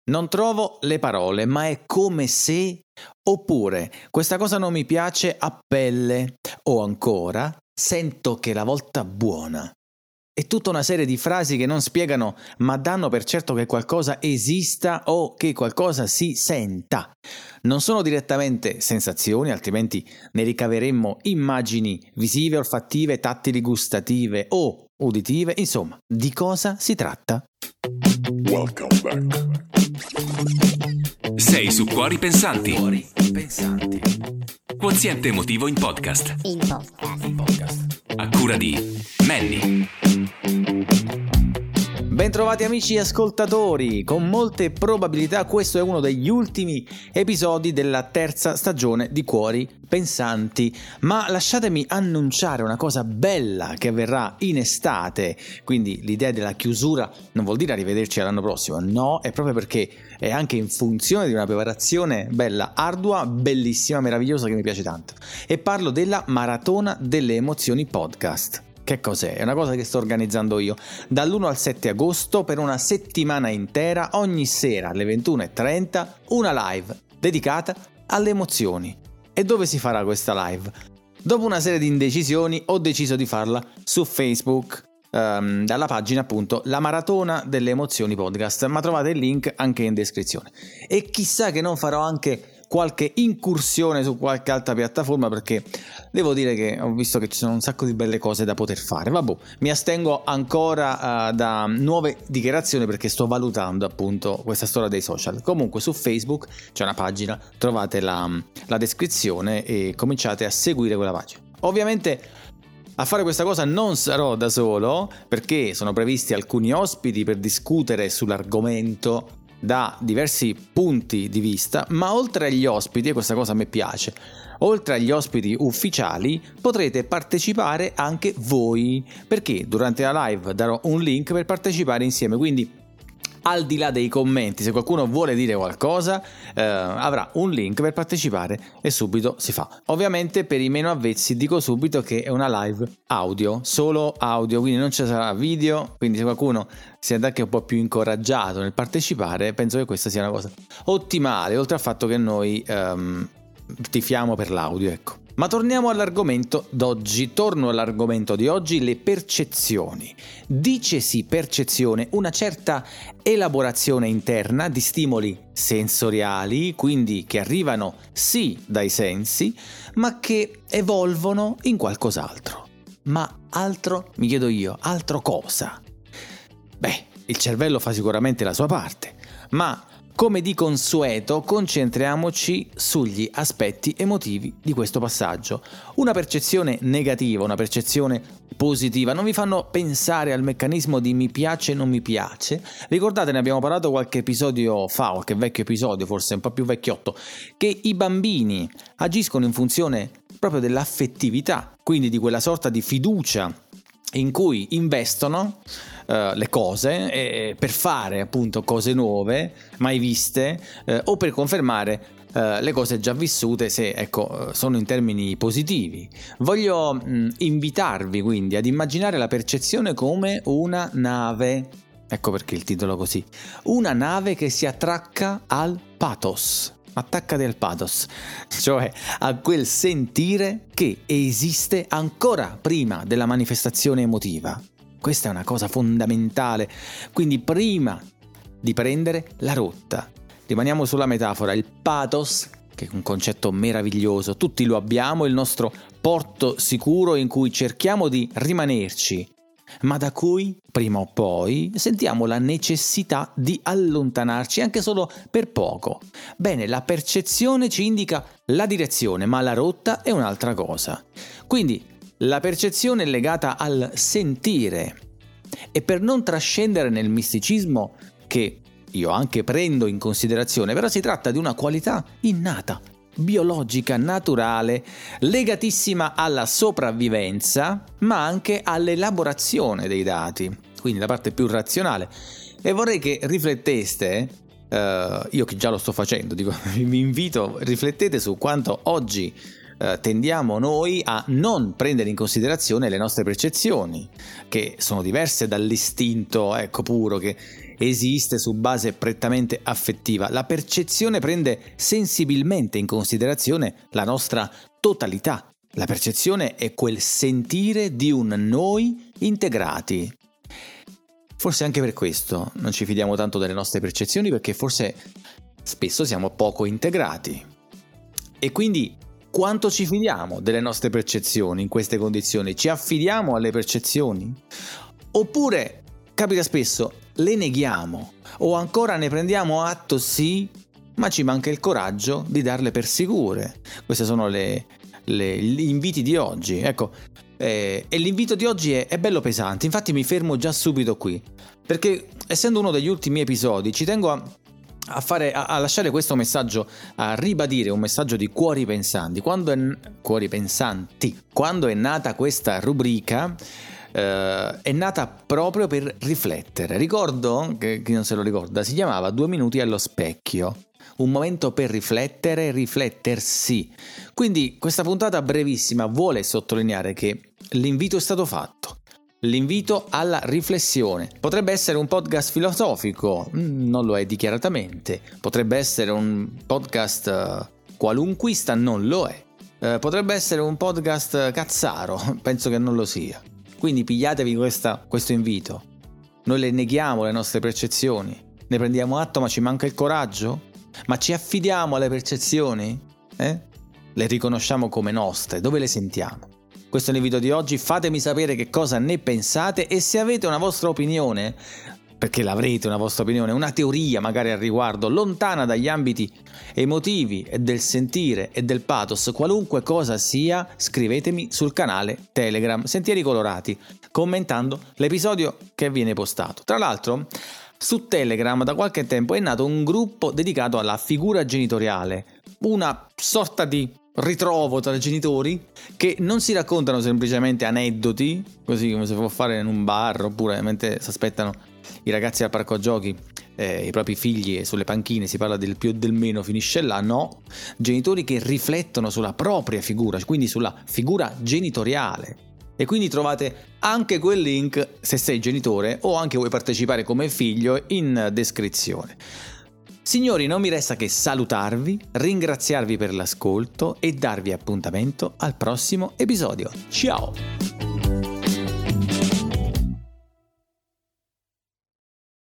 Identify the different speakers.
Speaker 1: Non trovo le parole, ma è come se... Oppure, questa cosa non mi piace a pelle. O ancora, sento che è la volta buona. È tutta una serie di frasi che non spiegano, ma danno per certo che qualcosa esista o che qualcosa si senta. Non sono direttamente sensazioni, altrimenti ne ricaveremmo immagini visive, olfattive, tattili, gustative o uditive. Insomma, di cosa si tratta?
Speaker 2: Welcome back. Sei su Cuori Pensanti. Quoziente emotivo in podcast. A cura di Manny.
Speaker 1: Bentrovati amici ascoltatori, con molte probabilità questo è uno degli ultimi episodi della terza stagione di Cuori Pensanti, ma lasciatemi annunciare una cosa bella che avverrà in estate, quindi l'idea della chiusura non vuol dire arrivederci all'anno prossimo, no, è proprio perché è anche in funzione di una preparazione bella, ardua, bellissima, meravigliosa che mi piace tanto, e parlo della Maratona delle Emozioni Podcast. Che cos'è? È una cosa che sto organizzando io dall'1 al 7 agosto per una settimana intera, ogni sera alle 21:30, una live dedicata alle emozioni. E dove si farà questa live? Dopo una serie di indecisioni ho deciso di farla su Facebook, dalla pagina appunto La Maratona delle Emozioni Podcast, ma trovate il link anche in descrizione. E chissà che non farò anche qualche incursione su qualche altra piattaforma, perché devo dire che ho visto che ci sono un sacco di belle cose da poter fare. Vabbè, mi astengo ancora da nuove dichiarazioni perché sto valutando appunto questa storia dei social. Comunque su Facebook c'è una pagina, trovate la descrizione e cominciate a seguire quella pagina. Ovviamente a fare questa cosa non sarò da solo, perché sono previsti alcuni ospiti per discutere sull'argomento da diversi punti di vista, ma oltre agli ospiti, e questa cosa a me piace, oltre agli ospiti ufficiali potrete partecipare anche voi, perché durante la live darò un link per partecipare insieme, quindi al di là dei commenti, se qualcuno vuole dire qualcosa, avrà un link per partecipare e subito si fa. Ovviamente per i meno avvezzi dico subito che è una live audio, solo audio, quindi non ci sarà video, quindi se qualcuno si è anche un po' più incoraggiato nel partecipare, penso che questa sia una cosa ottimale, oltre al fatto che noi tifiamo per l'audio, ecco. Ma torno all'argomento di oggi, le percezioni. Dicesi percezione una certa elaborazione interna di stimoli sensoriali, quindi che arrivano sì dai sensi, ma che evolvono in qualcos'altro. Ma altro, mi chiedo io, altro cosa? Beh, il cervello fa sicuramente la sua parte, ma come di consueto, concentriamoci sugli aspetti emotivi di questo passaggio. Una percezione negativa, una percezione positiva non vi fanno pensare al meccanismo di mi piace e non mi piace? Ricordate, ne abbiamo parlato qualche episodio fa, qualche vecchio episodio, forse un po' più vecchiotto, che i bambini agiscono in funzione proprio dell'affettività, quindi di quella sorta di fiducia in cui investono le cose per fare appunto cose nuove, mai viste, o per confermare le cose già vissute, se sono in termini positivi. Voglio invitarvi quindi ad immaginare la percezione come una nave, ecco perché il titolo così, una nave che si attracca al pathos. Attaccati al pathos, cioè a quel sentire che esiste ancora prima della manifestazione emotiva. Questa è una cosa fondamentale, quindi prima di prendere la rotta. Rimaniamo sulla metafora, il pathos, che è un concetto meraviglioso, tutti lo abbiamo, il nostro porto sicuro in cui cerchiamo di rimanerci, ma da cui prima o poi sentiamo la necessità di allontanarci anche solo per poco. Bene, la percezione ci indica la direzione, ma la rotta è un'altra cosa. Quindi la percezione è legata al sentire, e per non trascendere nel misticismo, che io anche prendo in considerazione, però si tratta di una qualità innata, biologica, naturale, legatissima alla sopravvivenza, ma anche all'elaborazione dei dati, quindi la parte più razionale. E vorrei che rifletteste, io che già lo sto facendo, vi invito, riflettete su quanto oggi tendiamo noi a non prendere in considerazione le nostre percezioni, che sono diverse dall'istinto puro che esiste su base prettamente affettiva. La percezione prende sensibilmente in considerazione la nostra totalità. La percezione è quel sentire di un noi integrati. Forse anche per questo non ci fidiamo tanto delle nostre percezioni, perché forse spesso siamo poco integrati. E quindi quanto ci fidiamo delle nostre percezioni in queste condizioni? Ci affidiamo alle percezioni? Oppure, capita spesso, le neghiamo o ancora ne prendiamo atto, sì, ma ci manca il coraggio di darle per sicure. Questi sono gli inviti di oggi. Ecco, e l'invito di oggi è bello pesante, infatti mi fermo già subito qui, perché essendo uno degli ultimi episodi ci tengo a lasciare questo messaggio, a ribadire un messaggio di Cuori Pensanti. Quando è nata questa rubrica, è nata proprio per riflettere. Ricordo, che chi non se lo ricorda, si chiamava 2 minuti allo specchio, un momento per riflettere, riflettersi. Quindi questa puntata brevissima vuole sottolineare che l'invito è stato fatto. L'invito alla riflessione. Potrebbe essere un podcast filosofico, non lo è dichiaratamente. Potrebbe essere un podcast qualunquista, non lo è. Potrebbe essere un podcast cazzaro, penso che non lo sia. Quindi pigliatevi questo invito. Noi le neghiamo le nostre percezioni, ne prendiamo atto ma ci manca il coraggio? Ma ci affidiamo alle percezioni? Le riconosciamo come nostre, dove le sentiamo? Questo è l'invito di oggi, fatemi sapere che cosa ne pensate e se avete una vostra opinione, perché l'avrete una vostra opinione, una teoria magari al riguardo, lontana dagli ambiti emotivi e del sentire e del pathos, qualunque cosa sia, scrivetemi sul canale Telegram Sentieri Colorati, commentando l'episodio che viene postato. Tra l'altro, su Telegram da qualche tempo è nato un gruppo dedicato alla figura genitoriale, una sorta di ritrovo tra genitori che non si raccontano semplicemente aneddoti, così come si può fare in un bar oppure mentre si aspettano i ragazzi al parco giochi i propri figli e sulle panchine si parla del più e del meno, finisce là. No, genitori che riflettono sulla propria figura, quindi sulla figura genitoriale. E quindi trovate anche quel link se sei genitore o anche vuoi partecipare come figlio in descrizione. Signori, non mi resta che salutarvi, ringraziarvi per l'ascolto e darvi appuntamento al prossimo episodio. Ciao!